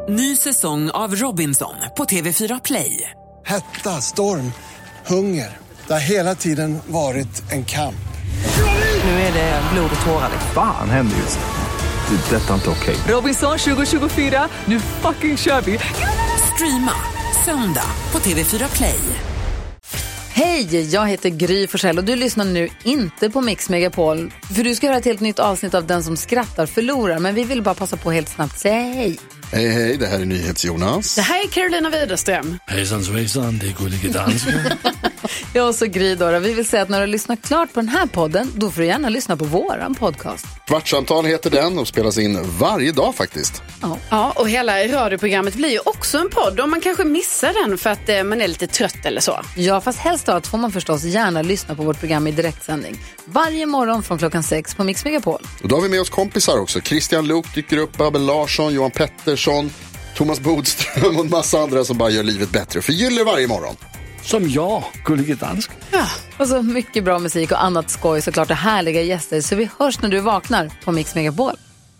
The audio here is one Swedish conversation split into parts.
Ny säsong av Robinson på TV4 Play. Hetta, storm, hunger. Det har hela tiden varit en kamp. Nu är det blod och tårar. Fan händer just nu. Det är detta inte okej. Robinson 2024, nu fucking kör vi. Streama söndag på TV4 Play. Hej, jag heter Gry Forssell och du lyssnar nu inte på Mix Megapol. För du ska höra ett helt nytt avsnitt av Den som skrattar förlorar. Men vi vill bara passa på helt snabbt. Säg hej. Hej, hej, det här är NyhetsJonas. Det här är Carolina Widerström. Hejsan svejsan, det är Gullige Dansken. Jag och så Gry då. Vi vill säga att när du lyssnar klart på den här podden, då får du gärna lyssna på våran podcast. Kvartsamtal heter den och spelas in varje dag faktiskt. Ja, och hela radioprogrammet blir ju också en podd. Och man kanske missar den för att man är lite trött eller så. Ja, fast helst av får man förstås gärna lyssna på vårt program i direktsändning. Varje morgon från 6:00 på Mix Megapol. Och då har vi med oss kompisar också. Christian Luuk dyker upp, Abel Larsson, Johan Pettersson, Thomas Bodström och en massa andra som bara gör livet bättre. Förgyller varje morgon. Som jag, Gullige Dansken. Ja, och så mycket bra musik och annat skoj, såklart, och härliga gäster. Så vi hörs när du vaknar på Mix Megapol.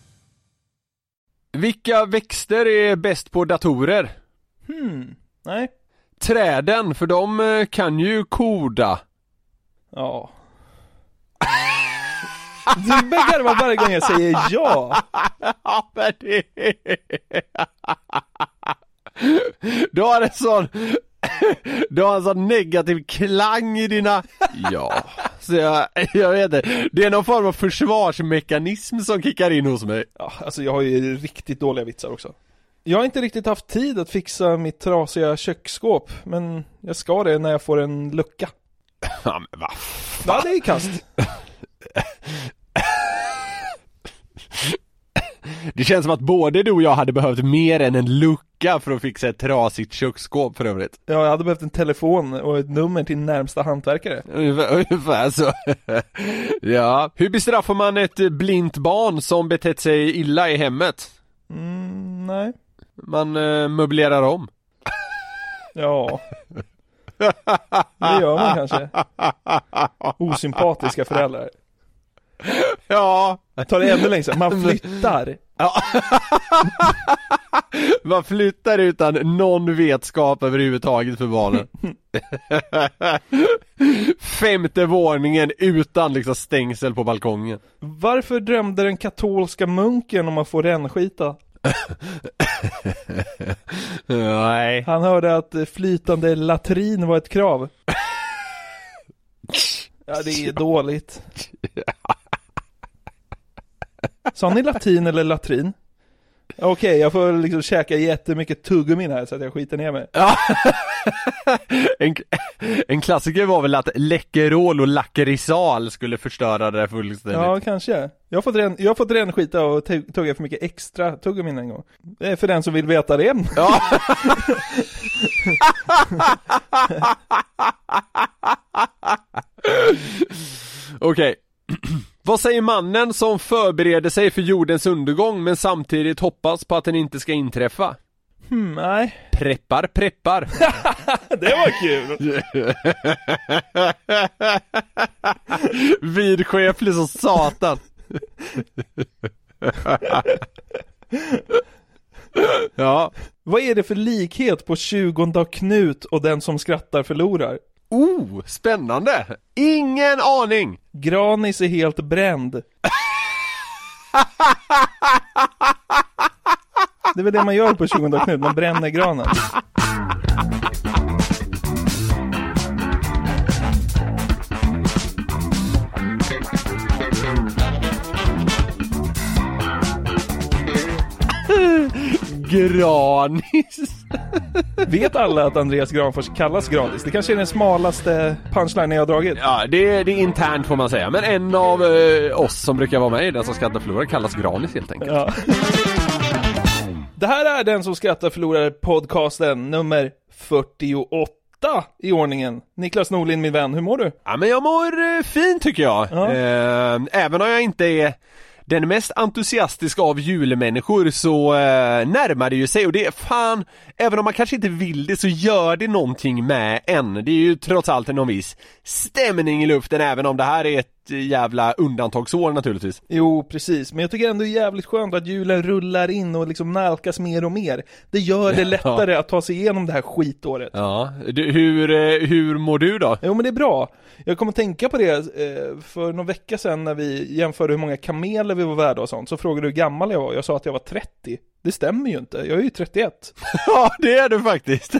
Vilka växter är bäst på datorer? Nej. Träden, för de kan ju koda. Ja. Du bäggar varje gång jag säger ja. Ja, men det... Du har en sån negativ klang i dina... Ja, så jag vet inte. Det är någon form av försvarsmekanism som kickar in hos mig. Ja, alltså jag har ju riktigt dåliga vitsar också. Jag har inte riktigt haft tid att fixa mitt trasiga köksskåp, men jag ska det när jag får en lucka. Ja, men vad fan? Ja, det är kast. Det känns som att både du och jag hade behövt mer än en lucka för att fixa ett trasigt köksskåp för övrigt. Ja, jag hade behövt en telefon och ett nummer till närmsta hantverkare. Ungefär så. Ja. Hur bestraffar man ett blint barn som betett sig illa i hemmet? Nej. Man möblerar om. Ja. Det gör man kanske. Osympatiska föräldrar. Ja. Ta det ännu längre. Man flyttar. Ja. Man flyttar utan någon vetskap överhuvudtaget för barnen. 5:e våningen utan liksom stängsel på balkongen. Varför drömde den katolska munken om att få rännskita? Nej. Han hörde att flytande latrin var ett krav. Ja, det är dåligt. Sa ni latin eller latrin? Okej, jag får liksom käka jättemycket tuggummin här så att jag skiter ner mig. Ja. En klassiker var väl att Läkerol och Lakrisal skulle förstöra det där fullständigt. Ja, kanske. Jag har fått ren skita och tugga för mycket extra tuggummin en gång. Det är för den som vill veta det. Ja. Okej. Vad säger mannen som förbereder sig för jordens undergång men samtidigt hoppas på att den inte ska inträffa? Nej. Preppar. Det var kul. Vidskeplig som satan. Ja. Vad är det för likhet på 20 Knut och den som skrattar förlorar? Spännande. Ingen aning. Granis är helt bränd. Det är väl det man gör på 20 Knut, man bränner granen. Granis. Vet alla att Andreas Granfors kallas Granis? Det kanske är den smalaste punchline jag har dragit. Ja, det är internt får man säga. Men en av oss som brukar vara med i Den som skrattar förlorar kallas Granis helt enkelt. Ja. Det här är Den som skrattar förlorar podcasten nummer 48 i ordningen. Niklas Norlin, min vän, hur mår du? Ja, men jag mår fint tycker jag. Ja. Även om jag inte är den mest entusiastiska av julmänniskor så närmar det ju sig. Och det är fan, även om man kanske inte vill det så gör det någonting med en. Det är ju trots allt någon viss stämning i luften, även om det här är ett jävla undantagsår naturligtvis. Jo, precis. Men jag tycker ändå det är jävligt skönt att julen rullar in och liksom nalkas mer och mer. Det gör det lättare att ta sig igenom det här skitåret. Ja, hur mår du då? Jo, men det är bra. Jag kommer att tänka på det för någon vecka sedan när vi jämförde hur många kameler vi var värda och sånt. Så frågade du hur gammal jag var. Jag sa att jag var 30. Det stämmer ju inte. Jag är ju 31. Ja, det är du faktiskt.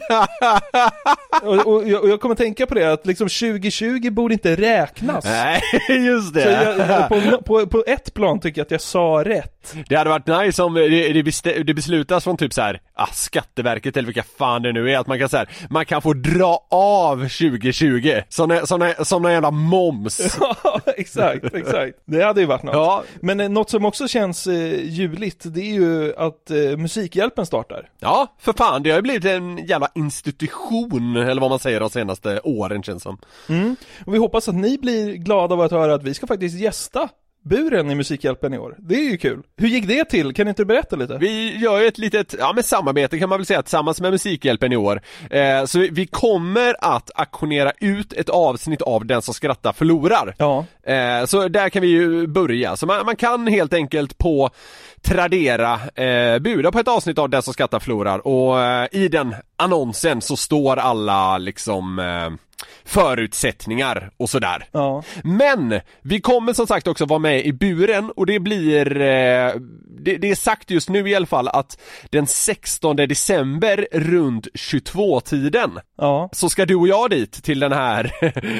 och jag kommer att tänka på det att liksom 2020 borde inte räknas. Nej, just det. Så på ett plan tycker jag att jag sa rätt. Det hade varit nice om det beslutas från typ så här Skatteverket eller vilka fan det nu är, att man kan så här, man kan få dra av 2020 som en jävla moms. Ja, exakt. Det hade ju varit något. Ja. Men något som också känns juligt, det är ju att Musikhjälpen startar. Ja, för fan, det har ju blivit en jävla institution, eller vad man säger, de senaste åren känns som. Och vi hoppas att ni blir glada av att höra att vi ska faktiskt gästa buren i Musikhjälpen i år. Det är ju kul. Hur gick det till? Kan inte du berätta lite? Vi gör ju ett litet samarbete kan man väl säga tillsammans med Musikhjälpen i år. Så vi kommer att auktionera ut ett avsnitt av Den som skrattar förlorar. Ja. Så där kan vi ju börja. Så man kan helt enkelt på Tradera buda på ett avsnitt av Den som skrattar förlorar. Och i den annonsen så står alla liksom förutsättningar och sådär. Ja. Men vi kommer som sagt också vara med i buren, och det blir det är sagt just nu i alla fall att den 16 december runt 22-tiden så ska du och jag dit till den här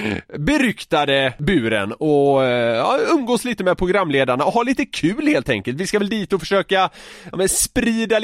beryktade buren och umgås lite med programledarna och ha lite kul helt enkelt. Vi ska väl dit och försöka sprida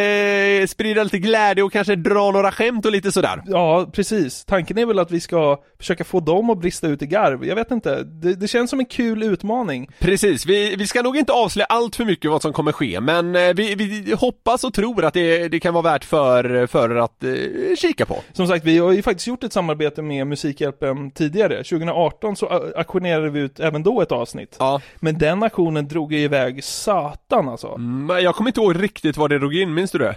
lite glädje och kanske dra några skämt och lite sådär. Ja, precis. Tanken är väl att vi ska försöka få dem att brista ut i garv. Jag vet inte. Det känns som en kul utmaning. Precis. Vi ska nog inte avslöja allt för mycket vad som kommer ske, men vi hoppas och tror att det kan vara värt för att kika på. Som sagt, vi har ju faktiskt gjort ett samarbete med Musikhjälpen tidigare. 2018 så auktionerade vi ut även då ett avsnitt. Ja. Men den auktionen drog iväg satan alltså. Jag kommer inte ihåg riktigt vad det drog in, minns du det?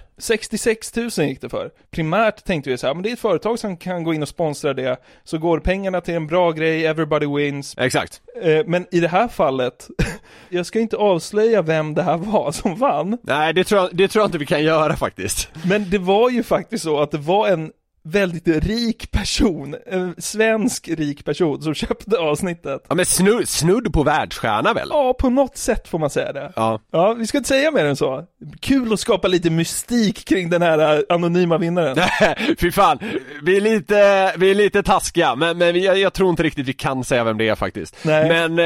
66 000 gick det för. Primärt tänkte vi så här, men det är ett företag som kan gå in och sponsra det, så går pengarna till en bra grej, everybody wins. Exakt. Men i det här fallet, jag ska inte avslöja vem det här var som vann. Nej, det tror jag inte vi kan göra faktiskt. Men det var ju faktiskt så att det var en väldigt rik person, en svensk rik person som köpte avsnittet. Ja, men snudd på världsstjärna väl? Ja, på något sätt får man säga det. Ja, vi ska inte säga mer än så. Kul att skapa lite mystik kring den här anonyma vinnaren. Fy fan, vi är lite taskiga, men jag tror inte riktigt vi kan säga vem det är faktiskt. Nej. Men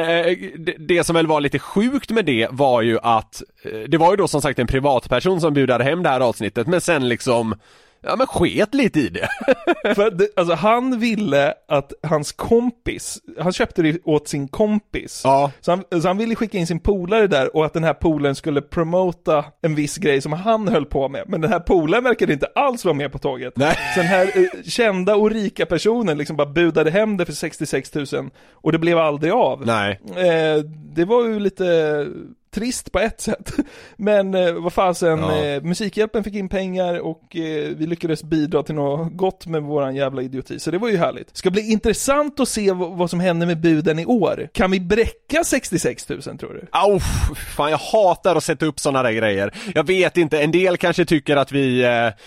det som väl var lite sjukt med det var ju att det var ju då som sagt en privatperson som bjudade hem det här avsnittet, men sen liksom sket lite i det. För alltså han ville att hans kompis, han köpte det åt sin kompis. Ja. Så han ville skicka in sin polare där, och att den här polaren skulle promota en viss grej som han höll på med. Men den här polaren verkade inte alls vara med på tåget. Nej. Så den här kända och rika personen liksom bara budade hem det för 66 000 och det blev aldrig av. Nej. Det var ju lite trist på ett sätt. Men vad fasen, Musikhjälpen fick in pengar och vi lyckades bidra till något gott med våran jävla idioti. Så det var ju härligt. Ska bli intressant att se vad som händer med buden i år. Kan vi bräcka 66 000 tror du? Fan, jag hatar att sätta upp såna där grejer. Jag vet inte, en del kanske tycker att vi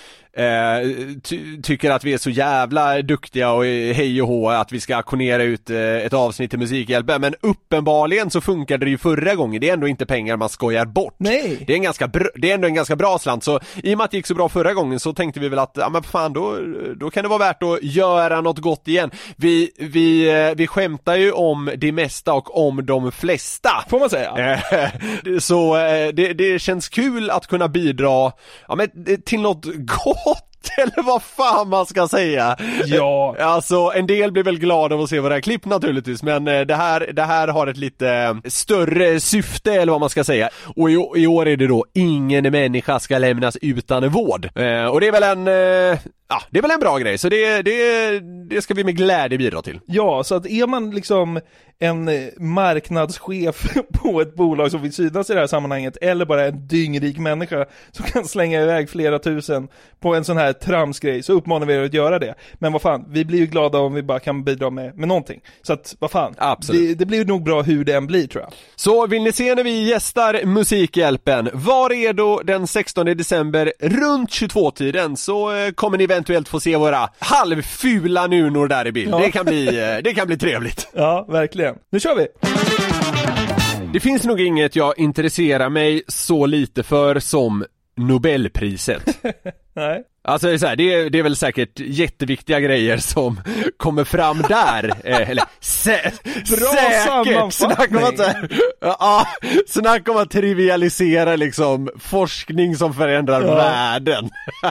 tycker att vi är så jävla duktiga och hej och hå att vi ska auktionera ut ett avsnitt till Musikhjälpen, men uppenbarligen så funkade det ju förra gången. Det är ändå inte pengar man skojar bort. Nej. Det är ändå en ganska bra slant, så i och med att det gick så bra förra gången så tänkte vi väl att men fan, då kan det vara värt att göra något gott igen. Vi skämtar ju om det mesta och om de flesta, får man säga. Så det känns kul att kunna bidra till något gott, eller vad fan man ska säga. Ja. Alltså, en del blir väl glada av att se våra klipp naturligtvis, men det här har ett lite större syfte, eller vad man ska säga. Och i år är det då ingen människa ska lämnas utan vård. Och det är väl det är väl en bra grej, så det ska vi med glädje bidra till. Ja, så att är man liksom en marknadschef på ett bolag som vill synas i det här sammanhanget, eller bara en dyngrik människa som kan slänga iväg flera tusen på en sån här tramsgrej, så uppmanar vi er att göra det. Men vad fan, vi blir ju glada om vi bara kan bidra med någonting. Så att, vad fan, det blir nog bra hur det än blir, tror jag. Så vill ni se när vi gästar Musikhjälpen, var redo den 16 december runt 22-tiden, så kommer ni eventuellt få se våra halvfula nunor där i bild. Ja. Det kan bli trevligt. Ja, verkligen. Nu kör vi! Det finns nog inget jag intresserar mig så lite för som Nobelpriset. Nej. Alltså det är, så här, det är väl säkert jätteviktiga grejer som kommer fram där. Eller säkert. Snacka om att trivialisera liksom forskning som förändrar världen.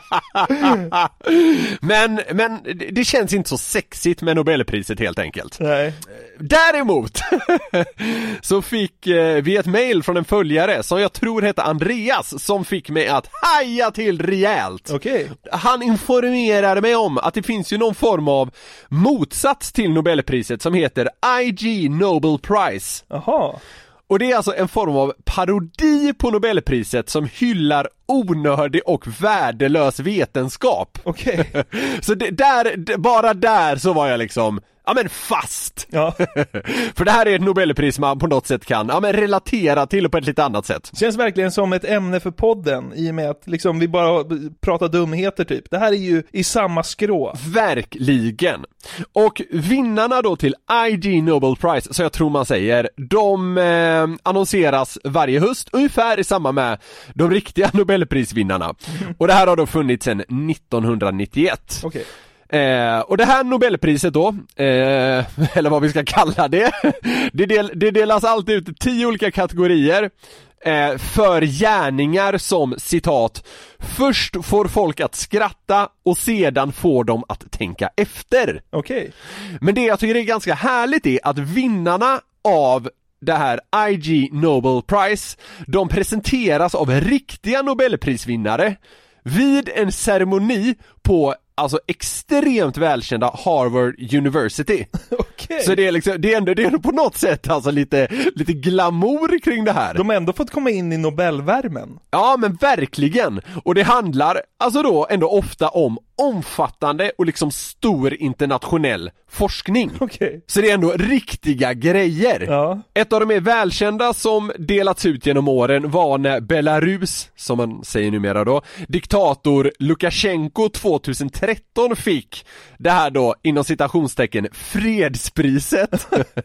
Men det känns inte så sexigt med Nobelpriset helt enkelt. Nej. Däremot så fick vi ett mejl från en följare som jag tror hette Andreas, som fick mig att haja till rejält. Okej. Han informerar mig om att det finns ju någon form av motsats till Nobelpriset som heter IG Nobel Prize. Aha. Och det är alltså en form av parodi på Nobelpriset som hyllar onördig och värdelös vetenskap. Okej. Så bara där så var jag liksom, fast. Ja. För det här är ett Nobelpris man på något sätt kan relatera till på ett lite annat sätt. Känns verkligen som ett ämne för podden, i och med att liksom vi bara pratar dumheter typ. Det här är ju i samma skrå. Verkligen. Och vinnarna då till IG Nobel Prize, så jag tror man säger, de annonseras varje höst ungefär i samband med de riktiga Nobelprisvinnarna. Och det här har då funnits sedan 1991. Okej. Och det här Nobelpriset då, eller vad vi ska kalla det, det delas alltid ut 10 olika kategorier för gärningar som, citat, först får folk att skratta och sedan får dem att tänka efter. Okej. Men det jag tycker är ganska härligt är att vinnarna av det här IG Nobel Prize, de presenteras av riktiga Nobelprisvinnare vid en ceremoni på alltså extremt välkända Harvard University. Okay. Så det är liksom, det är ändå på något sätt alltså lite glamour kring det här. De har ändå fått komma in i Nobelvärmen. Ja, men verkligen. Och det handlar alltså då ändå ofta om omfattande och liksom stor internationell forskning. Okay. Så det är ändå riktiga grejer. Ja. Ett av de mer välkända som delats ut genom åren var när Belarus, som man säger numera då, diktator Lukasjenko 2013 fick det här då inom citationstecken fredspriset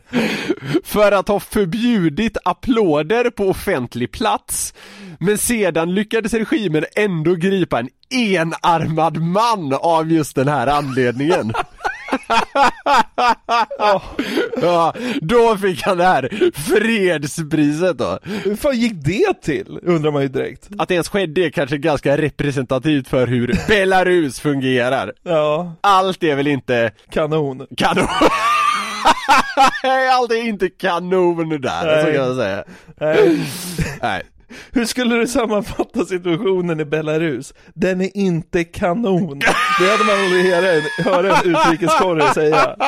för att ha förbjudit applåder på offentlig plats. Men sedan lyckades regimen ändå gripa en enarmad man av just den här anledningen. Ja, då fick han det här fredspriset då. Hur fan gick det till? Undrar man ju direkt. Att det ens skedde är kanske ganska representativt för hur Belarus fungerar. Ja. Allt är väl inte kanon. Allt är inte kanon där. Nej. Så kan jag säga. Nej. Hur skulle du sammanfatta situationen i Belarus? Den är inte kanon. Det hade man väl höra en utrikeskorre säga.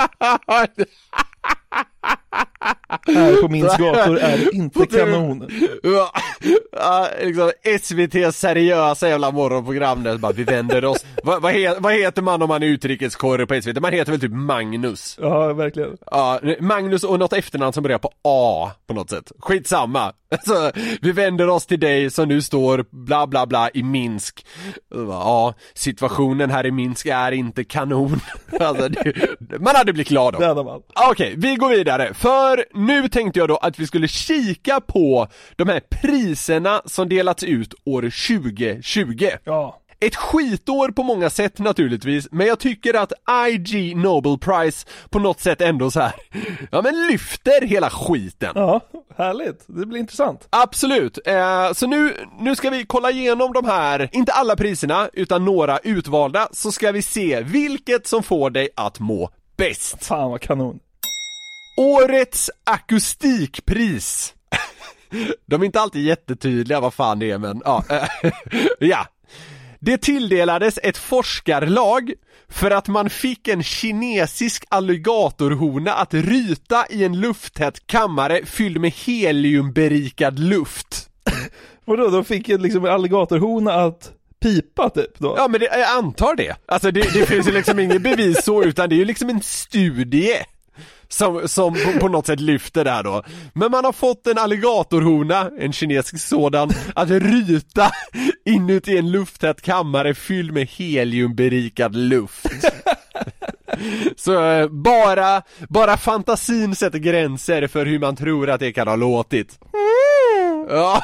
Här på Minns gator är det inte kanon. Liksom SVT seriösa jävla morgonprogram där bara, vi vänder oss. Vad heter man om man är utrikeskorre på SVT? Man heter väl typ Magnus. Ja, verkligen. Ja, Magnus och något efternamn som börjar på A på något sätt. Skitsamma. Alltså, vi vänder oss till dig som nu står bla bla bla i Minsk. Ja, situationen här i Minsk är inte kanon. Alltså, man hade blivit glad då. Det hade man. Okej, vi går vidare. För nu tänkte jag då att vi skulle kika på de här priserna som delats ut år 2020. Ja. Ett skitår på många sätt naturligtvis, men jag tycker att IG Nobel Prize på något sätt ändå så här, ja men lyfter hela skiten. Ja, härligt. Det blir intressant. Absolut. Så nu ska vi kolla igenom de här, inte alla priserna utan några utvalda, så ska vi se vilket som får dig att må bäst. Fan vad kanon. Årets akustikpris. De är inte alltid jättetydliga vad fan det är, men ja. Ja. Det tilldelades ett forskarlag för att man fick en kinesisk alligatorhona att ryta i en lufttät kammare fylld med heliumberikad luft. Vadå, de fick liksom en alligatorhona att pipa typ då? Ja, men jag antar det. Alltså det finns ju liksom ingen bevis så, utan det är ju liksom en studie som på något sätt lyfter där då. Men man har fått en alligatorhona, en kinesisk sådan, att ryta inuti en lufttät kammare fylld med heliumberikad luft. Så bara fantasin sätter gränser för hur man tror att det kan ha låtit. Ja,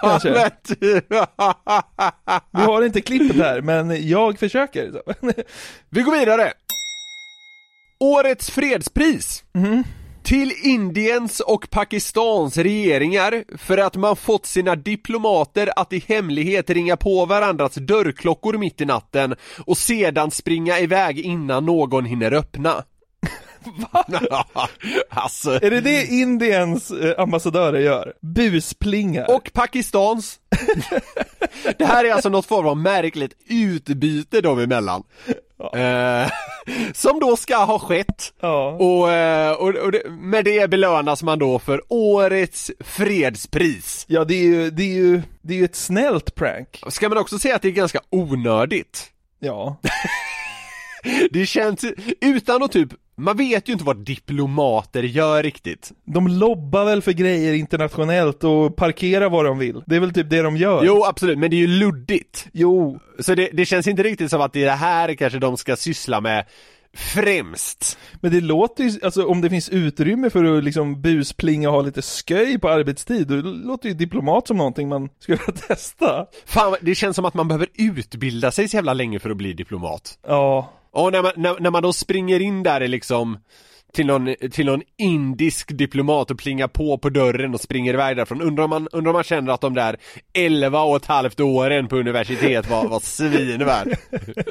vi har inte klippet här, men jag försöker. Vi går vidare. Årets fredspris till Indiens och Pakistans regeringar för att man fått sina diplomater att i hemlighet ringa på varandras dörrklockor mitt i natten och sedan springa iväg innan någon hinner öppna. Va? Alltså. Är det Indiens ambassadörer gör? Busplingar. Och Pakistans. Det här är alltså något form av märkligt utbyte dem emellan. Ja. Som då ska ha skett. Ja. Och med det belönas man då för årets fredspris. Ja, det är ju ett snällt prank. Ska man också säga att det är ganska onödigt? Ja. Det känns utan att typ, man vet ju inte vad diplomater gör riktigt. De lobbar väl för grejer internationellt och parkerar vad de vill. Det är väl typ det de gör. Jo, absolut, men det är ju luddigt. Jo. Så det känns inte riktigt som att det är det här kanske de ska syssla med främst. Men det låter ju, alltså om det finns utrymme för att liksom busplinga och ha lite sköj på arbetstid, då låter ju diplomat som någonting man skulle testa. Fan, det känns som att man behöver utbilda sig så jävla länge för att bli diplomat. Ja. Och när man då springer in där liksom till någon indisk diplomat och plingar på dörren och springer iväg därifrån, undrar om man känner att de där 11,5 åren på universitet var svinvärd.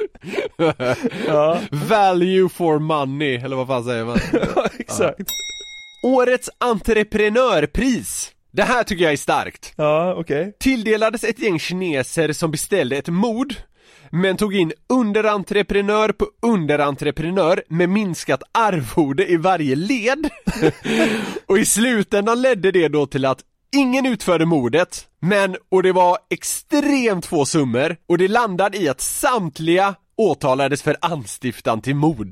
Ja. Value for money, eller vad fan säger man? Ja, exakt. Ja. Årets entreprenörpris. Det här tycker jag är starkt. Ja, okej. Tilldelades ett gäng kineser som beställde ett mord, men tog in underentreprenör på underentreprenör med minskat arvode i varje led. Och i slutändan ledde det då till att ingen utförde mordet, och det var extremt få summor, och det landade i att samtliga åtalades för anstiftan till mord.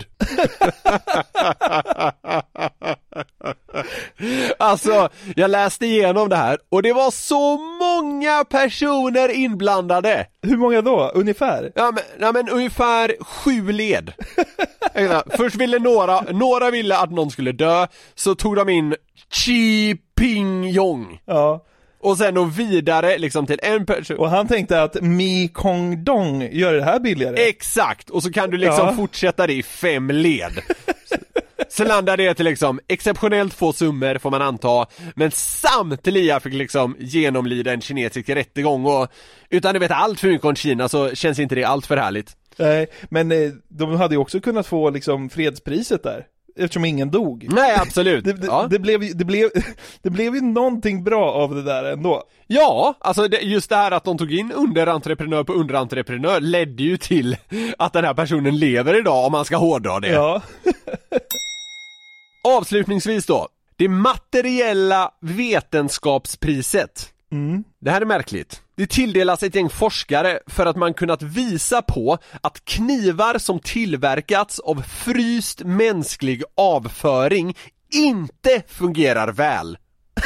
Alltså, jag läste igenom det här och det var så många personer inblandade. Hur många då? Ungefär? Ja men ungefär 7 led. Först ville några ville att någon skulle dö, så tog de in Chi Ping Yong. Ja. Och sen då vidare liksom till en person. Och han tänkte att Mi Kong Dong gör det här billigare. Exakt, och så kan du liksom fortsätta det i 5 led. Så landar det till liksom exceptionellt få summor får man anta, men samtliga fick liksom genomlida en kinesisk rättegång, och utan du vet allt för mycket om Kina så känns inte det allt för härligt. Nej, men de hade ju också kunnat få liksom fredspriset där, eftersom ingen dog. Nej, absolut. Det blev ju någonting bra av det där ändå. Ja, alltså just det här att de tog in underentreprenör på underentreprenör ledde ju till att den här personen lever idag, om man ska hårdra det. Ja. Avslutningsvis då, det materiella vetenskapspriset. Det här är märkligt. Det tilldelas ett gäng forskare för att man kunnat visa på att knivar som tillverkats av fryst mänsklig avföring inte fungerar väl.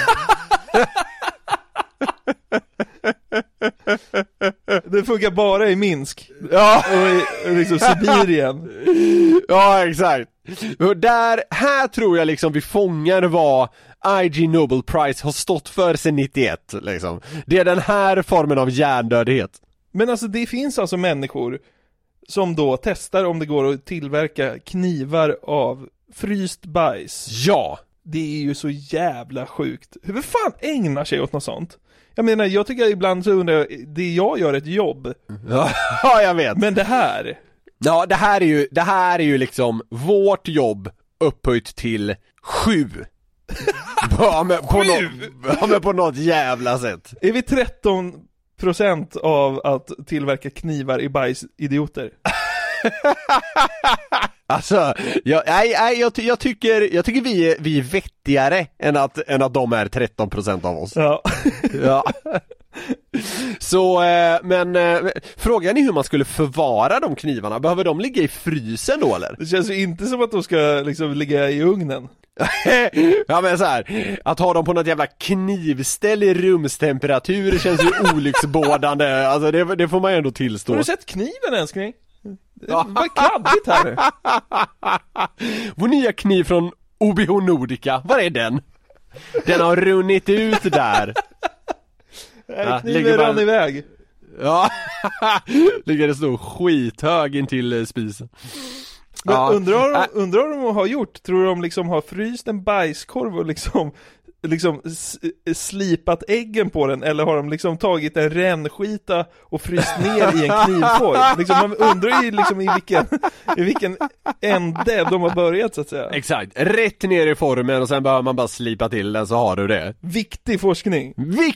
Det funkar bara i Minsk. Ja. Och liksom Sibirien. Ja, exakt. Och här tror jag liksom vi fångar vad IG Nobel Prize har stått för sedan 91 liksom. Det är den här formen av hjärndödhet. Men alltså det finns alltså människor som då testar om det går att tillverka knivar av fryst bajs. Ja. Det är ju så jävla sjukt. Hur fan ägnar sig åt något sånt? Jag menar, jag tycker ibland så undrar det jag gör ett jobb. Ja, jag vet. Men det här. Ja, det här är ju liksom vårt jobb upphöjt till 7. Ja, men på något jävla sätt. Är vi 13 1% av att tillverka knivar i bajsidioter. Alltså, jag tycker vi är vettigare än att de är 13% av oss. Ja. Ja. Så, men frågan är hur man skulle förvara de knivarna. Behöver de ligga i frysen då eller? Det känns ju inte som att de ska liksom ligga i ugnen. Ja men så här, att ha dem på något jävla knivställ i rumstemperatur känns ju olycksbådande. Alltså det får man ju ändå tillstå. Har du sett kniven älskling? Vad kladdigt här nu. Vår nya kniv från OBH Nordica, var är den? Den har runnit ut där. Kniven rann iväg. Ja, ligger det stor skithög in till spisen. Men undrar vad de har gjort. Tror de liksom har fryst en bajskorv och liksom slipat äggen på den, eller har de liksom tagit en rännskita och fryst ner i en knivform? Liksom, man undrar ju liksom i vilken ände de har börjat så att säga. Exakt, rätt ner i formen och sen behöver man bara slipa till den så har du det. Viktig forskning.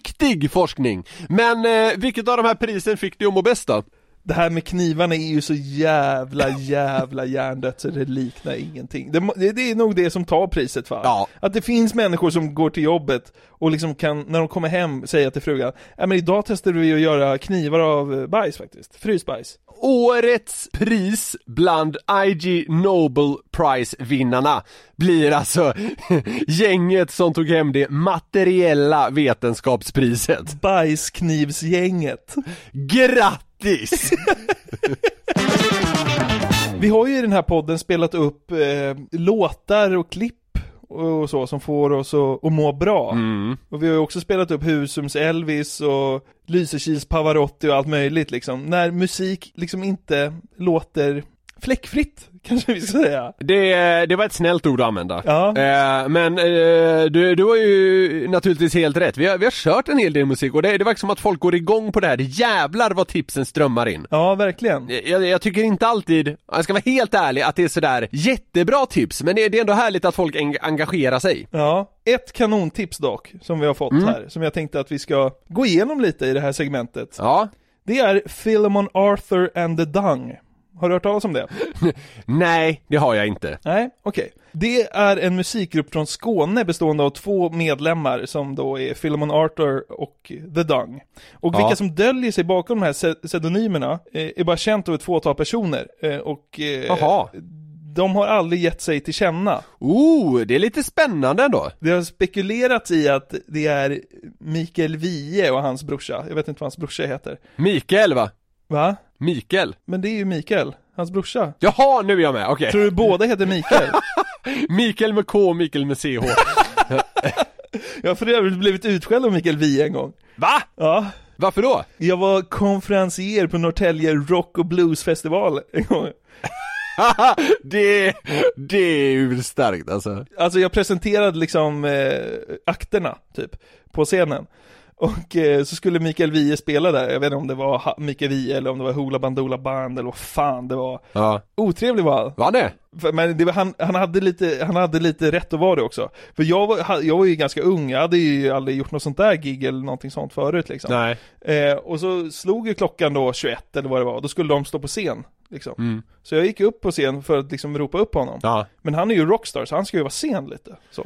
Men vilket av de här prisen fick du om och bäst då? Det här med knivarna är ju så jävla hjärndött så det liknar ingenting. Det är nog det som tar priset för. Ja. Att det finns människor som går till jobbet och liksom kan, när de kommer hem, säga till frugan: men idag testade vi att göra knivar av bajs faktiskt, frysbajs. Årets pris bland IG Nobel Prize-vinnarna blir alltså gänget som tog hem det materiella vetenskapspriset. Bajsknivsgänget. Grattis! Vi har ju i den här podden spelat upp låtar och klipp och så som får oss att må bra. Och vi har ju också spelat upp Husums Elvis och Lysekils Pavarotti och allt möjligt liksom. När musik liksom inte låter fläckfritt, kanske vi ska säga. Det var ett snällt ord att använda. Ja. Men du har ju naturligtvis helt rätt. Vi har kört en hel del musik och det verkar som att folk går igång på det här. Jävlar vad tipsen strömmar in. Ja, verkligen. Jag tycker inte alltid, jag ska vara helt ärlig, att det är sådär jättebra tips. Men det är ändå härligt att folk engagerar sig. Ja, ett kanontips dock som vi har fått här, som jag tänkte att vi ska gå igenom lite i det här segmentet. Ja. Det är Philemon Arthur and the Dung. Har du hört talas om det? Nej, det har jag inte. Nej, okej. Det är en musikgrupp från Skåne bestående av 2 medlemmar som då är Philemon Arthur och The Dung. Och vilka som döljer sig bakom de här pseudonymerna är bara känt av ett fåtal personer. De har aldrig gett sig till känna. Det är lite spännande ändå. Det har spekulerats i att det är Mikael Wiehe och hans brorsa. Jag vet inte vad hans brorsa heter. Mikael va? Va? Mikael? Men det är ju Mikael, hans brorsa. Jaha, nu är jag med, okej. Tror du båda heter Mikael? Mikael med K och Mikael med CH. Jag har för övrigt blivit utskälld av Mikael Wiehe en gång. Va? Ja. Varför då? Jag var konferencier på Norrtälje Rock och Bluesfestival en gång. det är ju starkt alltså. Alltså jag presenterade liksom akterna typ på scenen. Och så skulle Mikael Wiehe spela där. Jag vet inte om det var Mikael Wiehe eller om det var Hoola Bandoola Band eller vad fan det var. Ja. Otrevlig var han. Var det? Men det var, han hade lite rätt att vara det också. För jag var ju ganska ung. Jag hade ju aldrig gjort något sånt där gig eller någonting sånt förut liksom. Nej. Och så slog ju klockan då 21 eller vad det var. Då skulle de stå på scen liksom. Så jag gick upp på scen för att liksom ropa upp honom. Ja. Men han är ju rockstar så han ska ju vara sen lite så.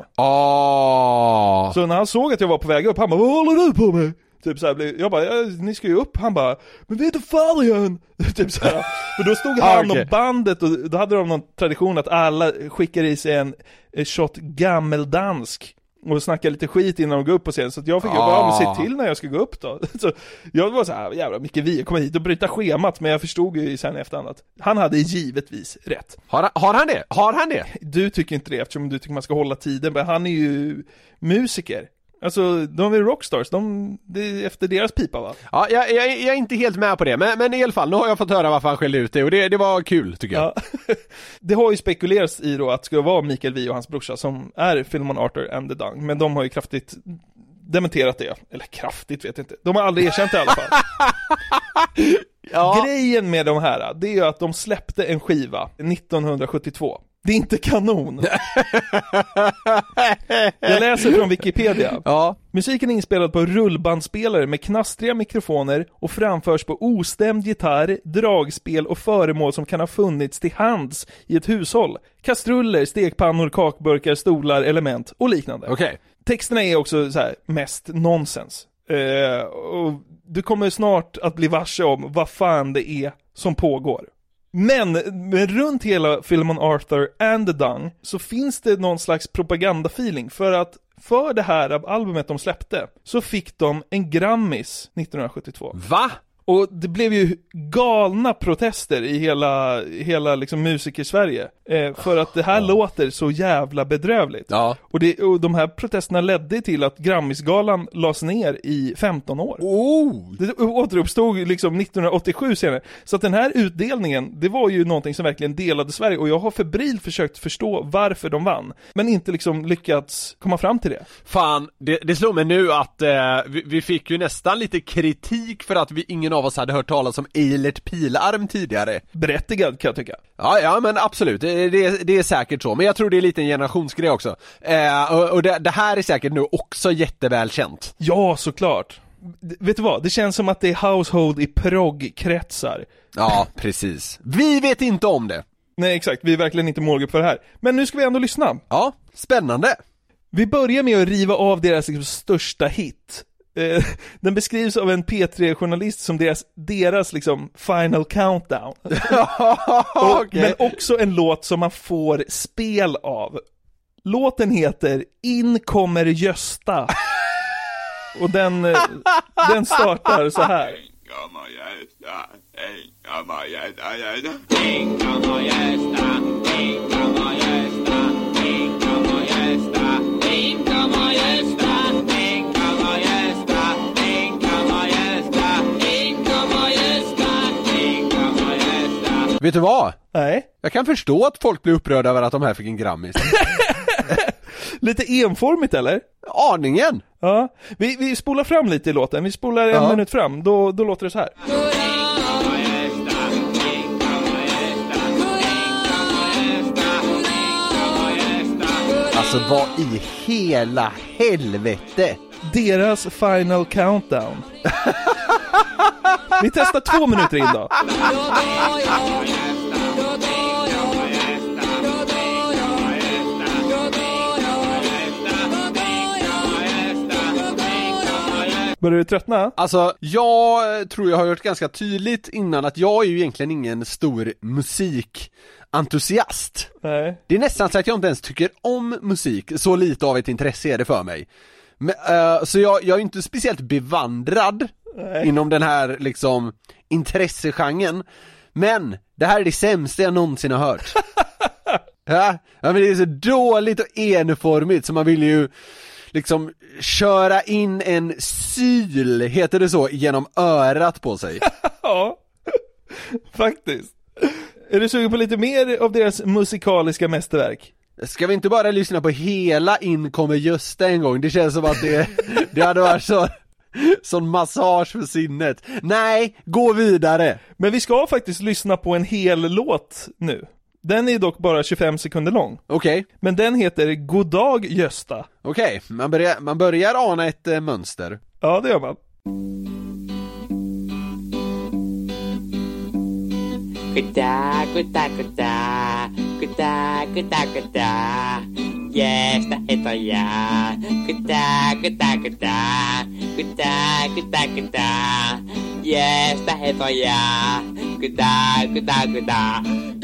Så när han såg att jag var på väg upp, han bara: vad håller du på med? Typ såhär, jag bara: ni ska ju upp. Han bara: men vi är inte färdiga. Typ såhär. Och då stod han och bandet och då hade de någon tradition att alla skickar i sig en shot gammeldansk och snackade lite skit innan de går upp på scen. Så att jag fick bara se till när jag ska gå upp då. Så jag var så här: jävla Micke Wiehe, kom hit och bryta schemat. Men jag förstod ju sen efterhand att han hade givetvis rätt. Har han det? Du tycker inte det eftersom du tycker man ska hålla tiden. Men han är ju musiker. Alltså, de är rockstars, det är efter deras pipa va? Ja, jag är inte helt med på det, men i alla fall, nu har jag fått höra varför han skällde ut det och det var kul tycker jag. Ja. Det har ju spekulerats i då att det ska vara Mikael Wiehe och hans brorsa som är Philemon Arthur and the Dung, men de har ju kraftigt dementerat det, eller kraftigt vet jag inte. De har aldrig erkänt det i alla fall. Ja. Grejen med de här, det är ju att de släppte en skiva 1972 Det är inte kanon. Jag läser från Wikipedia. Ja. Musiken är inspelad på rullbandspelare med knastriga mikrofoner och framförs på ostämd gitarr, dragspel och föremål som kan ha funnits till hands i ett hushåll. Kastruller, stekpannor, kakburkar, stolar, element och liknande. Okay. Texterna är också så här mest nonsens. Och du kommer snart att bli varse om vad fan det är som pågår. Men runt hela filmen Arthur and the Dung så finns det någon slags propagandafeeling för att för det här albumet de släppte så fick de en Grammis 1972. Va? Och det blev ju galna protester i hela liksom musikersverige för att det här låter så jävla bedrövligt. Ja. Och de här protesterna ledde till att Grammisgalan lades ner i 15 år. Det återuppstod liksom 1987 senare. Så att den här utdelningen, det var ju någonting som verkligen delade Sverige. Och jag har febrilt försökt förstå varför de vann. Men inte liksom lyckats komma fram till det. Fan, det slår mig nu att vi fick ju nästan lite kritik för att ingen av oss hade hört talas om Eilert Pilarm tidigare. Berättigad kan jag tycka. Ja men absolut, det är säkert så. Men jag tror det är lite en generationsgrej också. Och det här är säkert nu också jättevälkänt. Ja, såklart. Vet du vad? Det känns som att det är household i prog-kretsar. Ja, precis. Vi vet inte om det. Nej, exakt. Vi är verkligen inte målgrupp för det här. Men nu ska vi ändå lyssna. Ja, spännande. Vi börjar med att riva av deras liksom största hit. Den beskrivs av en P3-journalist som deras liksom final countdown. Okay. Men också en låt som man får spel av. Låten heter In kommer Gösta. Och den startar så här. Vet du vad? Nej. Jag kan förstå att folk blir upprörda över att de här fick en Grammis. Lite enformigt, eller? Aningen. Ja. Vi spolar fram lite i låten. Vi spolar en minut fram. Då låter det så här. Alltså, vad i hela helvete? Deras final countdown. Vi testar 2 minuter in då. Börjar du tröttna? Alltså, jag tror jag har gjort ganska tydligt innan att jag är ju egentligen ingen stor musikentusiast. Nej. Det är nästan så att jag inte ens tycker om musik. Så lite av ett intresse är det för mig. Men, så jag är inte speciellt bevandrad inom den här liksom intressegenren. Men det här är det sämsta jag någonsin har hört. Ja, men det är så dåligt och enformigt så man vill ju liksom köra in en syl, heter det så, genom örat på sig. Ja, faktiskt. Är du sugen på lite mer av deras musikaliska mästerverk? Ska vi inte bara lyssna på hela In kommer Gösta en gång? Det känns som att det hade varit sån massage för sinnet. Nej, gå vidare. Men vi ska faktiskt lyssna på en hel låt nu. Den är dock bara 25 sekunder lång. Okej. Men den heter Goddag Gösta. Okej, man börjar ana ett mönster. Ja, det gör man. Goddag, goddag, goddag. Goddag, goddag, goddag. Gösta heter jag. Goddag, goddag, goddag. Goddag, goddag, goddag. Gösta heter jag. Goddag, goddag, goddag.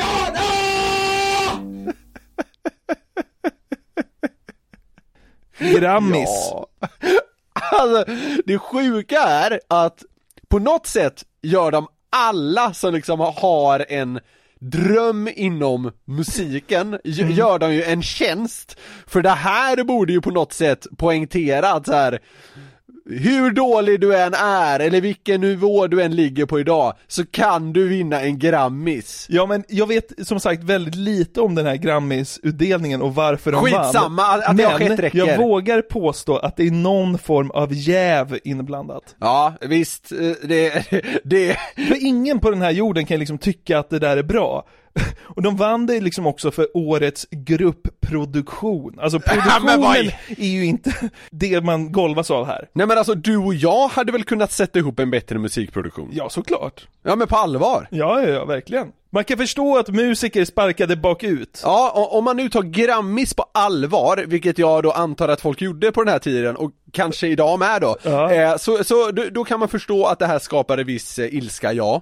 Grammis. Ja. Alltså, det sjuka är att på något sätt gör de alla som liksom har en dröm inom musiken gör de ju en tjänst. För det här borde ju på något sätt poängtera att så här, hur dålig du än är eller vilken nivå du än ligger på idag, så kan du vinna en Grammis. Ja, men jag vet som sagt väldigt lite om den här Grammis-utdelningen och varför de vann. Skitsamma, att det har skett räcker. Jag vågar påstå att det är någon form av jäv inblandat. Ja, visst. Det... För ingen på den här jorden kan liksom tycka att det där är bra. Och de vann det liksom också för årets gruppproduktion. Alltså produktionen är ju inte det man golvas av här. Nej, men alltså du och jag hade väl kunnat sätta ihop en bättre musikproduktion? Ja, såklart. Ja, men på allvar. Ja, verkligen. Man kan förstå att musiker sparkade bakut. Ja, om man nu tar Grammis på allvar, vilket jag då antar att folk gjorde på den här tiden och kanske idag med då, ja. Då kan man förstå att det här skapade viss ilska, ja.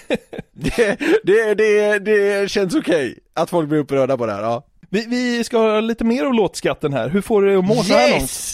Det känns okej att folk blir upprörda på det här, ja. Vi ska ha lite mer av låtskatten här. Hur får du det att må så här långt?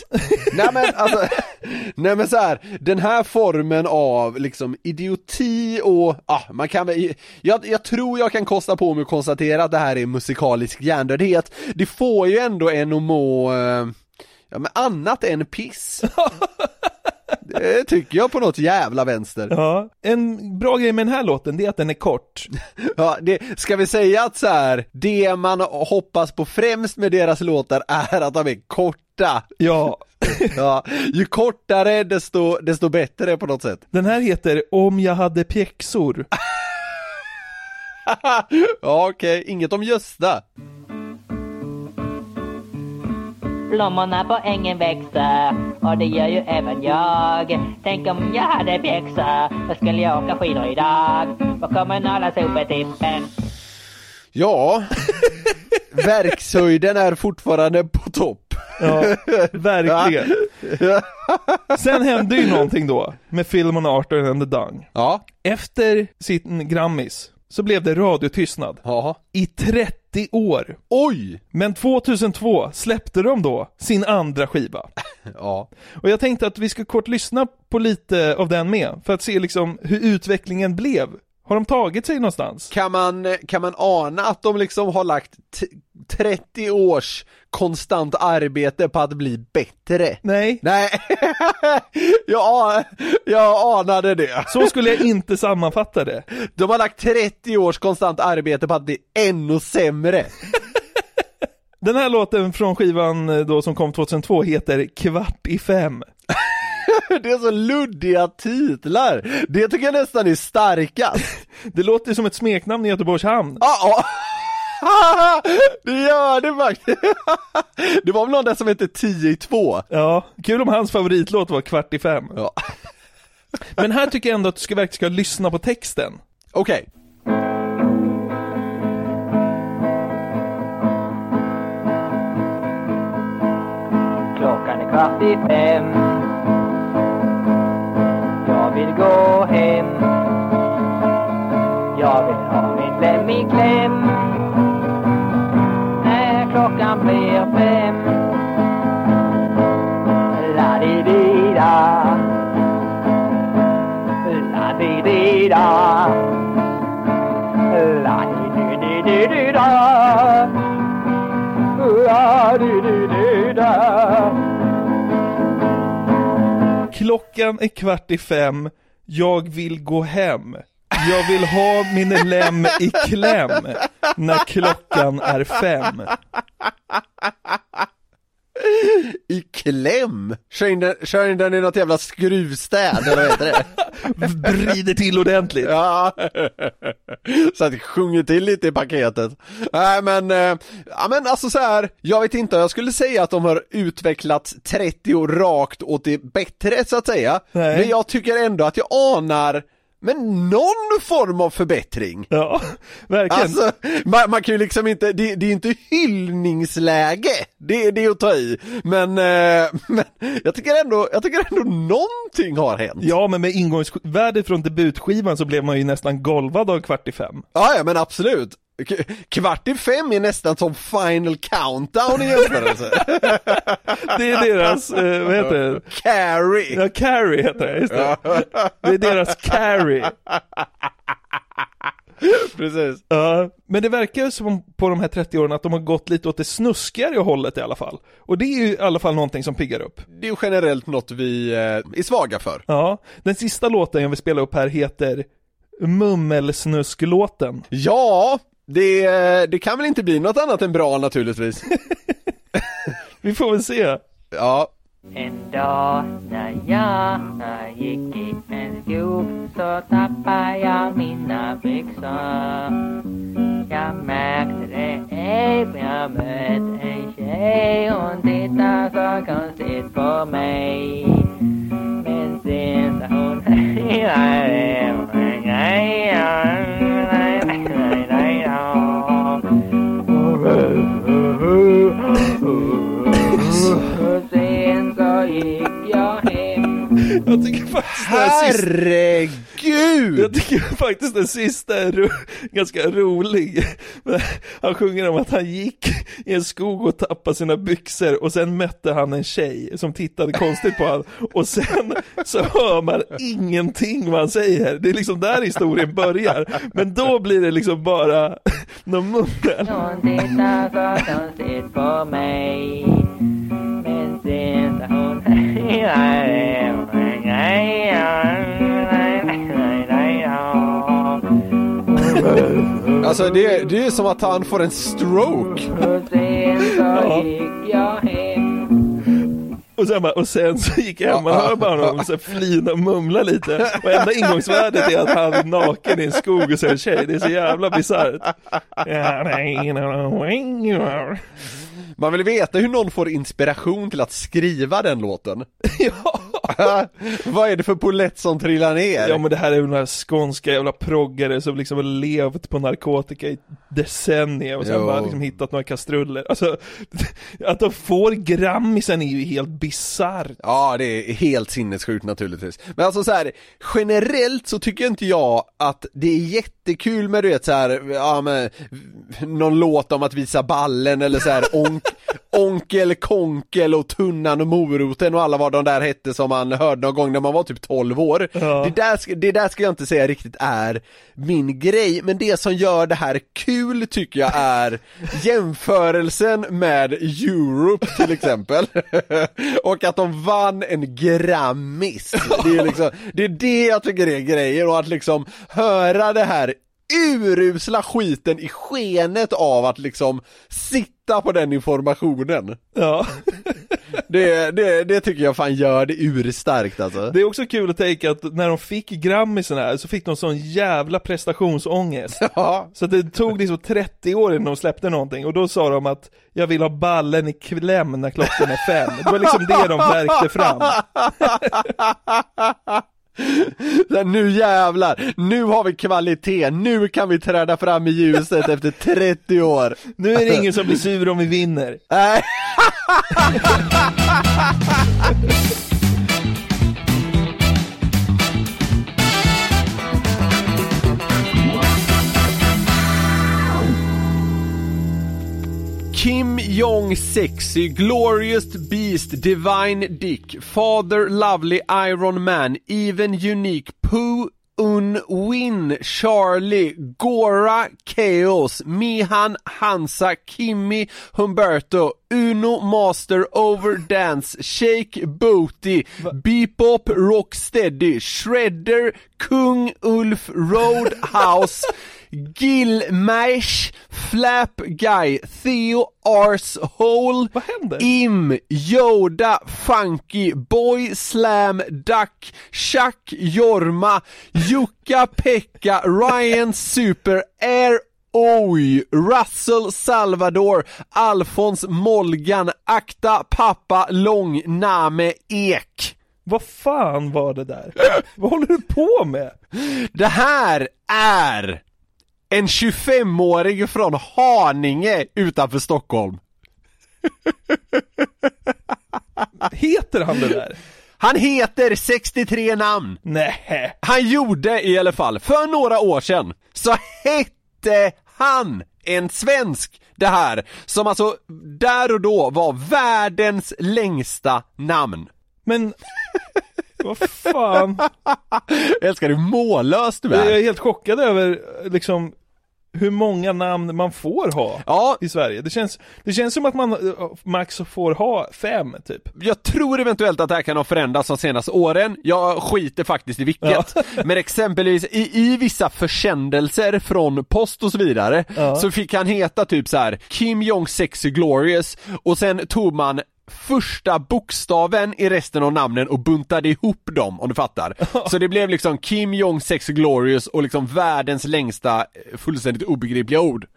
Nej men så här, den här formen av liksom idioti och man kan väl, jag tror jag kan kosta på mig att konstatera att det här är musikalisk hjärndödhet. Det får ju ändå en att må men annat än piss. Det tycker jag på något jävla vänster. Ja, en bra grej med den här låten, det är att den är kort. Ja, ska vi säga att så här, det man hoppas på främst med deras låtar är att de är korta. Ja. Ja, ju kortare desto bättre på något sätt. Den här heter Om jag hade pjäxor. Ja, okej. Inget om Gösta. Blommorna på ängen växer, och det gör ju även jag. Tänk om jag hade pjäxor, då skulle jag åka skidor idag på kommunala sopetippen. Ja, verkshöjden är fortfarande på topp. Ja, verkligen. Sen hände ju någonting då med filmen Arthur and the Dung. Ja. Efter sin Grammis så blev det radiotystnad. Jaha. I 30 år. Oj! Men 2002 släppte de då sin andra skiva. Ja. Och jag tänkte att vi ska kort lyssna på lite av den med, för att se liksom hur utvecklingen blev. Har de tagit sig någonstans? Kan man ana att de liksom har lagt 30 års konstant arbete på att bli bättre? Nej. Jag anade det. Så skulle jag inte sammanfatta det. De har lagt 30 års konstant arbete på att bli ännu sämre. Den här låten från skivan då som kom 2002 heter 4:45. Det är så luddiga titlar. Det tycker jag nästan är starkast. Det låter som ett smeknamn i Göteborgs hamn. Ja. Det gör det faktiskt. Det var väl någon där som hette 10:02. Ja, kul om hans favoritlåt var 4:45. Ja. Men här tycker jag ändå att du verkligen ska lyssna på texten. Okej. Klockan är 4:45. Jag vill gå hem. Jag vill ha min vän i kläm. När klockan blir 5. La-di-di-da. La-di-di-da. La-di-di-di-di-da. La-di-di-di-da. Klockan är 4:45. Jag vill gå hem. Jag vill ha min lem i kläm när klockan är 5. I kläm? Kör in den i något jävla skruvstäd, eller vad heter det? Vrider till ordentligt. Ja. Så att det sjunger till lite i paketet. Nej, men alltså så här, jag vet inte, jag skulle säga att de har utvecklats 30 år rakt åt det bättre, så att säga. Nej. Men jag tycker ändå att jag anar någon form av förbättring. Ja, verkligen. Alltså, man kan ju liksom inte, det är inte hyllningsläge. Det är att ta i. Men jag tycker ändå någonting har hänt. Ja, men med ingångsvärdet från debutskivan så blev man ju nästan golvad av 4:45. Ja, men absolut. 4:45 är nästan som Final Countdown i jämförelse. Det är deras, vad heter det? Carrie. Ja, Carrie heter det, just det. Det är deras Carrie. Precis. Men det verkar som på de här 30 åren att de har gått lite åt det snuskigare hållet i alla fall. Och det är ju i alla fall någonting som piggar upp. Det är ju generellt något vi är svaga för. Ja, den sista låten jag vill spela upp här heter Mummelsnusklåten. Ja, det kan väl inte bli något annat än bra naturligtvis. Vi får väl se. Ja. En dag när jag gick i en skog så tappade jag mina byxor. Jag märkte det ej, jag mötte en tjej. Hon tittade så konstigt på mig. Men sen sa hon Jag tycker faktiskt herregud! Jag tycker faktiskt den sista är ganska rolig. Han sjunger om att han gick i en skog och tappade sina byxor och sen mötte han en tjej som tittade konstigt på honom. Och sen så hör man ingenting vad han säger. Det är liksom där historien börjar. Men då blir det liksom bara någon mummel. Hon tittar så konstigt på mig. Men sen sa hon Alltså det är som att han får en stroke. Och sen så gick jag hem, man hör bara honom så flina och mumla lite. Och enda ingångsvärdet är att han är naken i en skog och ser en tjej. Det är så jävla bizarrt. Man vill veta hur någon får inspiration till att skriva den låten. Ja. Vad är det för polett som trillar ner? Ja, men det här är ju några skånska jävla proggare som liksom har levt på narkotika i decennier och sen bara liksom hittat några kastruller. Alltså, att de får grammisen är ju helt bizarrt. Ja, det är helt sinnessjukt naturligtvis. Men alltså så här, generellt så tycker inte jag att det är jättekul med, du vet, så här, ja, med någon låt om att visa ballen eller så här Onkel, Konkel och Tunnan och Moroten och alla vad de där hette som man hörde någon gång när man var typ 12 år. Ja. Det där ska jag inte säga riktigt är min grej, men det som gör det här kul tycker jag är jämförelsen med Europe till exempel. Och att de vann en Grammis. Det är det jag tycker är grejen, och att liksom höra det här urusla skiten i skenet av att liksom sitta på den informationen. Ja. det tycker jag fan gör det urstarkt alltså. Det är också kul att tänka att när de fick Grammisen här så fick de sån jävla prestationsångest. Ja. Så det tog liksom 30 år innan de släppte någonting, och då sa de att jag vill ha ballen i kläm när klockan är 5. Det var liksom det de verkte fram. Nu jävlar, nu har vi kvalitet, nu kan vi träda fram i ljuset efter 30 år. Nu är det ingen som blir sur om vi vinner. Nej. Kim Jong Sexy, Glorious Beast, Divine Dick, Father Lovely Iron Man, Even Unique, Pooh, Win, Charlie, Gora, Chaos, Mihan, Hansa, Kimmy, Humberto, Uno, Master, Overdance, Shake, Booty, Bebop, Rocksteady, Shredder, Kung, Ulf, Roadhouse, Gilmash, Flap Guy, Theo, Arshole, Im, Yoda, Funky, Boy, Slam, Duck, Chuck, Jorma, Jukka, Pekka, Ryan, Super, Air, Oj, Russell, Salvador, Alfons, Molgan, Akta, Pappa, Lång, Name, Ek. Vad fan var det där? Vad håller du på med? Det här är en 25-årig från Haninge utanför Stockholm. Heter han det där? Han heter 63 namn. Nej. Han gjorde i alla fall, för några år sedan, så hette han en svensk det här, som alltså där och då var världens längsta namn. Men Vad fan? Jag älskar hur mållöst du är. Jag är helt chockad över liksom hur många namn man får ha i Sverige. Det känns som att man max får ha 5 typ. Jag tror eventuellt att det här kan ha förändrats de senaste åren. Jag skiter faktiskt i vilket. Men exempelvis i vissa försändelser från post och så vidare så fick han heta typ så här Kim Jong Sexy Glorious, och sen tog man första bokstaven i resten av namnen och buntade ihop dem, om du fattar. Så det blev liksom Kim Jong Sexy Glorious och liksom världens längsta fullständigt obegripliga ord.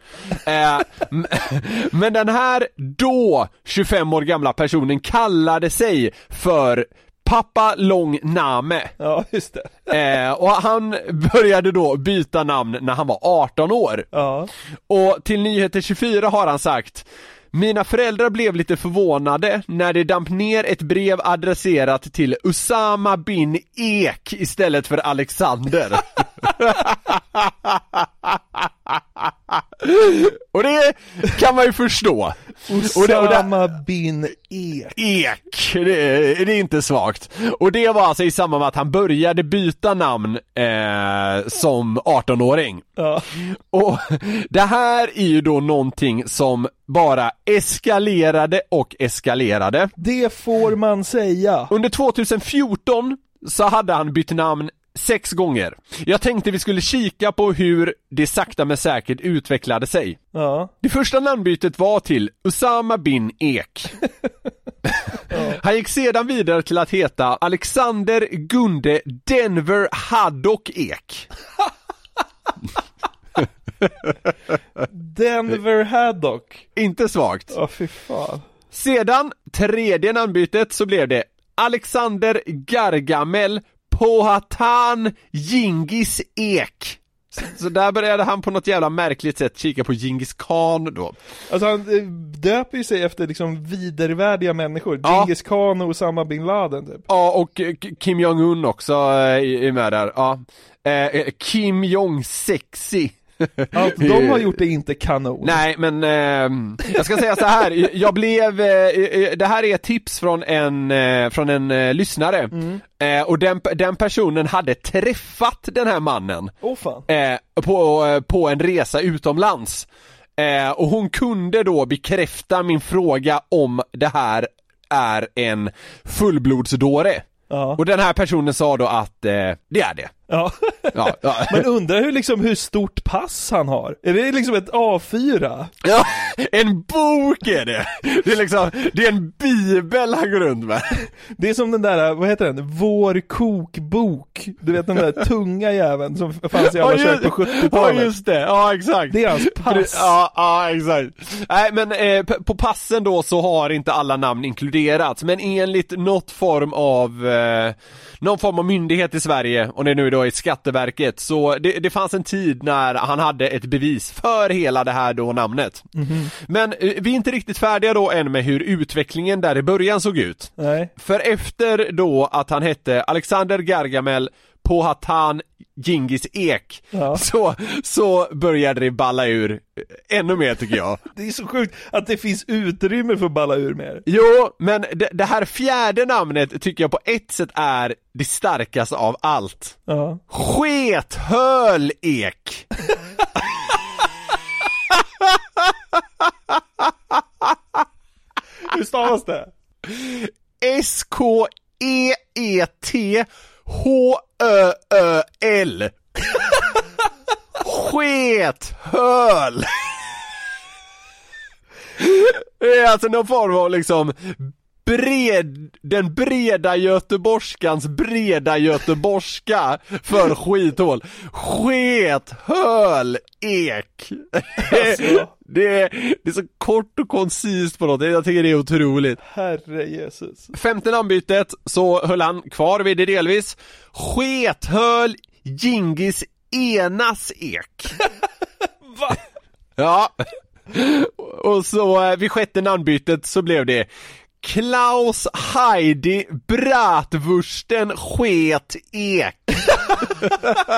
Men den här då 25 år gamla personen kallade sig för Pappa Long Name. Ja, just det. Och han började då byta namn när han var 18 år. Ja. Och till Nyheter 24 har han sagt: mina föräldrar blev lite förvånade när det damp ner ett brev adresserat till Usama bin Ek istället för Alexander. Och det kan man ju förstå. Usama bin Ek. Det är inte svagt. Och det var alltså i samband med att han började byta namn som 18-åring. Ja. Och det här är ju då någonting som bara eskalerade och eskalerade. Det får man säga. Under 2014 så hade han bytt namn 6 gånger. Jag tänkte vi skulle kika på hur det sakta men säkert utvecklade sig. Ja. Det första namnbytet var till Usama bin Ek. Han gick sedan vidare till att heta Alexander Gunde Denver Haddock Ek. Denver Haddock. Inte svagt. Fy fan. Sedan, tredje namnbytet, så blev det Alexander Gargamel Pohatan Genghis Ek. Så där började han på något jävla märkligt sätt kika på Genghis Khan då. Alltså han döper ju sig efter liksom vidervärdiga människor. Genghis Khan och Osama bin Laden typ. Ja, och Kim Jong-un också är med där. Ja. Kim Jong Sexy. Allt de har gjort det inte kanon. Nej, men jag ska säga så här. Jag blev det här är ett tips från en lyssnare. Och den personen hade träffat den här mannen på en resa utomlands. Och hon kunde då bekräfta min fråga om det här är en fullblodsdåre. Ja. Och den här personen sa då att det är det. Ja. Ja. Men undrar hur stort pass han har. Är det liksom ett A4? Ja, en bok är det. Det är en bibel han går runt med. Det är som den där, vad heter den? Vår kokbok. Du vet den där tunga jäveln som fanns i alla kök på 70-talet. Ja, just det. Ja, exakt. Det är hans pass. Ja, exakt. Nej, men på passen då så har inte alla namn inkluderats. Men enligt någon form av myndighet i Sverige, och det är nu då i Skatteverket, så det fanns en tid när han hade ett bevis för hela det här då namnet. Men vi är inte riktigt färdiga då än med hur utvecklingen där i början såg ut. Nej. För efter då att han hette Alexander Gargamel Pohatan Genghis Ek, så började det balla ur ännu mer, tycker jag. Det är så sjukt att det finns utrymme för att balla ur mer. Jo, men det här fjärde namnet tycker jag på ett sätt är det starkaste av allt. Ja. Skethöl Ek. Hur stavas det? Skethöl. Skethöl. Det är alltså någon form av liksom den breda göteborskans breda göteborska för skithål. Skethöl Ek. Alltså. Det är så kort och koncist på något. Jag tycker det är otroligt. Herre Jesus. Femte namnbytet så höll han kvar vid det delvis. Skethöl Genghis Enas Ek. Va? Ja. Och så vid sjätte namnbytet så blev det Klaus Heidi Bratwursten Sket Ek.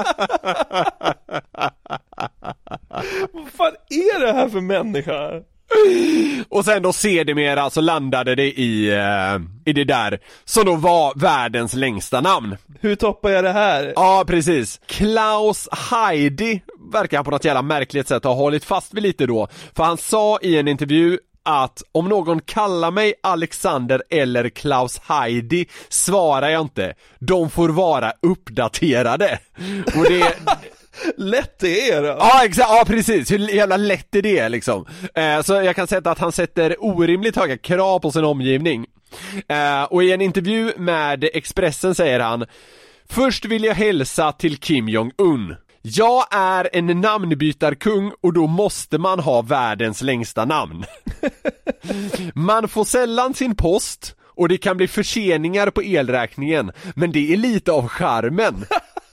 Vad fan är det här för människa? Och sen då sedermera så landade det i det där som då var världens längsta namn. Hur toppar jag det här? Ja, precis. Klaus Heidi verkar på något jävla märkligt sätt ha hållit fast vid lite då. För han sa i en intervju att om någon kallar mig Alexander eller Klaus Heidi svarar jag inte. De får vara uppdaterade. Och det... lätt det är då. Ja, exakt. Ja, precis. Hur jävla lätt är det liksom. Så jag kan säga att han sätter orimligt höga krav på sin omgivning. Och i en intervju med Expressen säger han: först vill jag hälsa till Kim Jong-Un. Jag är en namnbytarkung och då måste man ha världens längsta namn. Man får sällan sin post och det kan bli förseningar på elräkningen, men det är lite av charmen.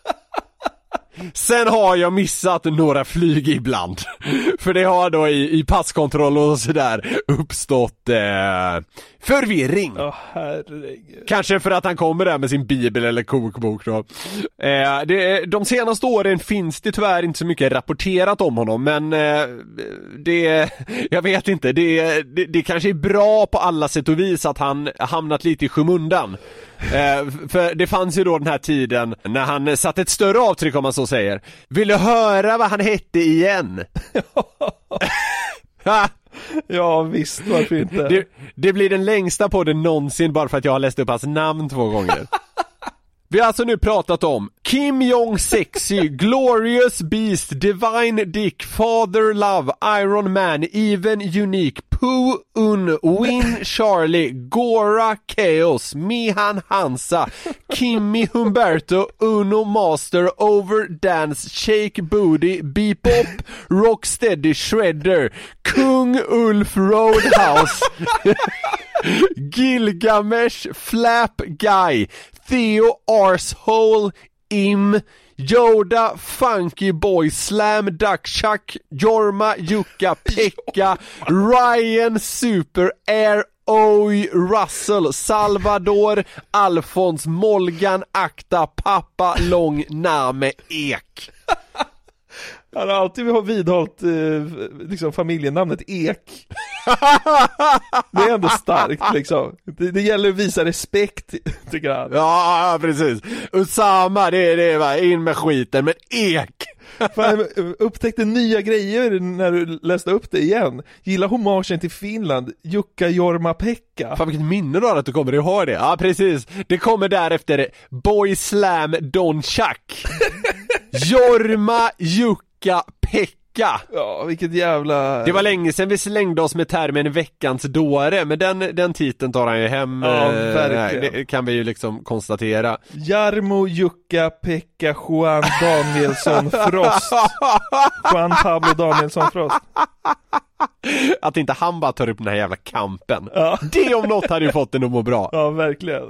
Sen har jag missat några flyg ibland. För det har då i passkontroll och sådär uppstått förvirring. Herregud. Kanske för att han kommer där med sin bibel eller kokbok då. De senaste åren finns det tyvärr inte så mycket rapporterat om honom. Men jag vet inte. Det kanske är bra på alla sätt och vis att han hamnat lite i skymundan. För det fanns ju då den här tiden när han satt ett större avtryck, om man så säger. Vill du höra vad han hette igen? Ja visst, varför inte? Det blir den längsta podden någonsin bara för att jag har läst upp hans namn 2 gånger. Vi har alltså nu pratat om Kim Jong Sexy, Glorious Beast, Divine Dick, Father Love, Iron Man, Even Unique, Pooh Un, Win Charlie, Gora Chaos, Mihan Hansa, Kimmy Humberto, Uno Master, Overdance, Shake Booty, Bebop, Rocksteady, Shredder, Kung Ulf Roadhouse, Gilgamesh, Flap Guy, Theo Arsehole, Im, Yoda, Funky Boy, Slam Duck Chuck, Jorma, Jukka, Pekka, Ryan, Super Air, Oj, Russell, Salvador, Alfons, Molgan, Akta, Pappa, Lång, Name, Ek. Han har alltid vidhållit liksom familjenamnet Ek. Det är ändå starkt liksom. Det gäller att visa respekt, tycker han. Ja, precis. Usama, det var in med skiten, men Ek. Fan, upptäckte nya grejer när du läste upp det igen. Gilla homagen till Finland, Jukka, Jorma, Pekka. Fan, vilket minne då att du kommer ihåg det. Ja, precis. Det kommer därefter Boy Slam Don Chuck. Jorma, Jukka, Pekka. Ja, vilket jävla... Det var länge sedan vi slängde oss med termen veckans dåre, men den titeln tar han ju hem. Ja, verkligen. Det kan vi ju liksom konstatera. Jarmo, Jukka, Pekka, Juan Danielsson Frost. Juan Pablo Danielsson Frost. Att inte han bara tar upp den här jävla kampen. Ja. Det om något hade ju fått den att må bra. Ja, verkligen.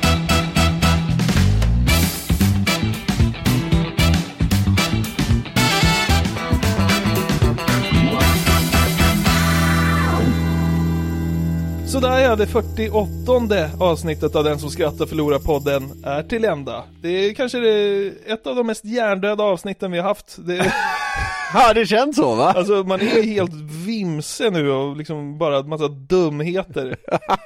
Så där är det 48:e avsnittet av Den som skrattar förlorar podden är till ända. Det är kanske ett av de mest hjärndöda avsnitten vi har haft. Ja, det känns så, va? Alltså man är helt vimse nu och liksom bara en massa dumheter.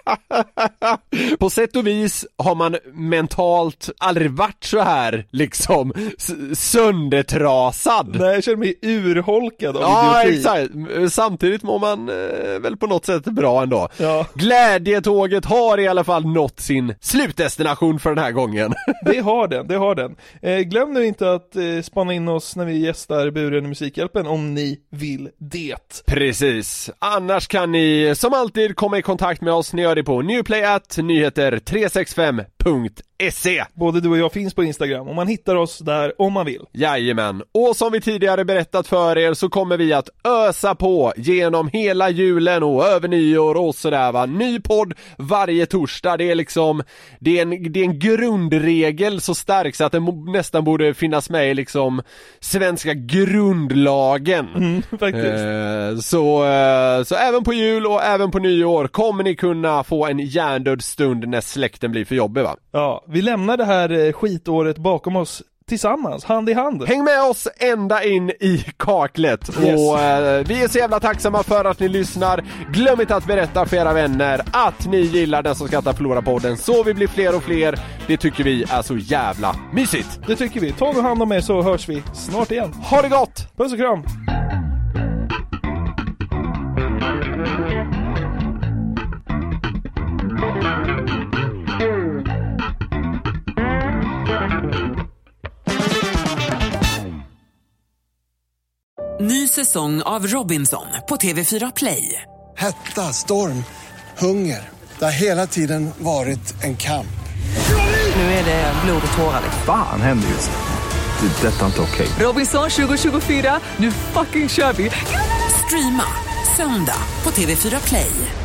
På sätt och vis har man mentalt aldrig varit så här liksom söndertrasad. Nej, jag känner mig urholkad av idioti. Exakt. Samtidigt mår man väl på något sätt bra ändå. Ja. Glädjetåget har i alla fall nått sin slutdestination för den här gången. Det har den. Glöm nu inte att spana in oss när vi gästar Buren i Musikhjälpen om ni vill det. Precis. Annars kan ni som alltid komma i kontakt med oss. Ni gör det på newplay@nyheter365.se. Både du och jag finns på Instagram och man hittar oss där om man vill. Jajamän. Och som vi tidigare berättat för er så kommer vi att ösa på genom hela julen och över nyår och sådär, va. Ny podd varje torsdag. Det är liksom det är en grundregel så stark så att den nästan borde finnas med i liksom svenska grundlagen. Faktiskt. Så även på jul och även på nyår kommer ni kunna få en hjärndöd stund när släkten blir för jobbig, va? Ja, vi lämnar det här skitåret bakom oss tillsammans, hand i hand. Häng med oss ända in i kaklet. Yes. Och vi är så jävla tacksamma för att ni lyssnar. Glöm inte att berätta för era vänner att ni gillar Den som skrattar förlorar podden, så vi blir fler och fler. Det tycker vi är så jävla mysigt. Det tycker vi. Ta hand om er så hörs vi snart igen. Ha det gott! Puss och kram! Ny säsong av Robinson på TV4 Play. Hetta, storm, hunger. Det har hela tiden varit en kamp. Nu är det blod och tårar. Fan händer just det. Det är detta inte okej. Robinson 2024, nu fucking kör vi. Streama söndag på TV4 Play.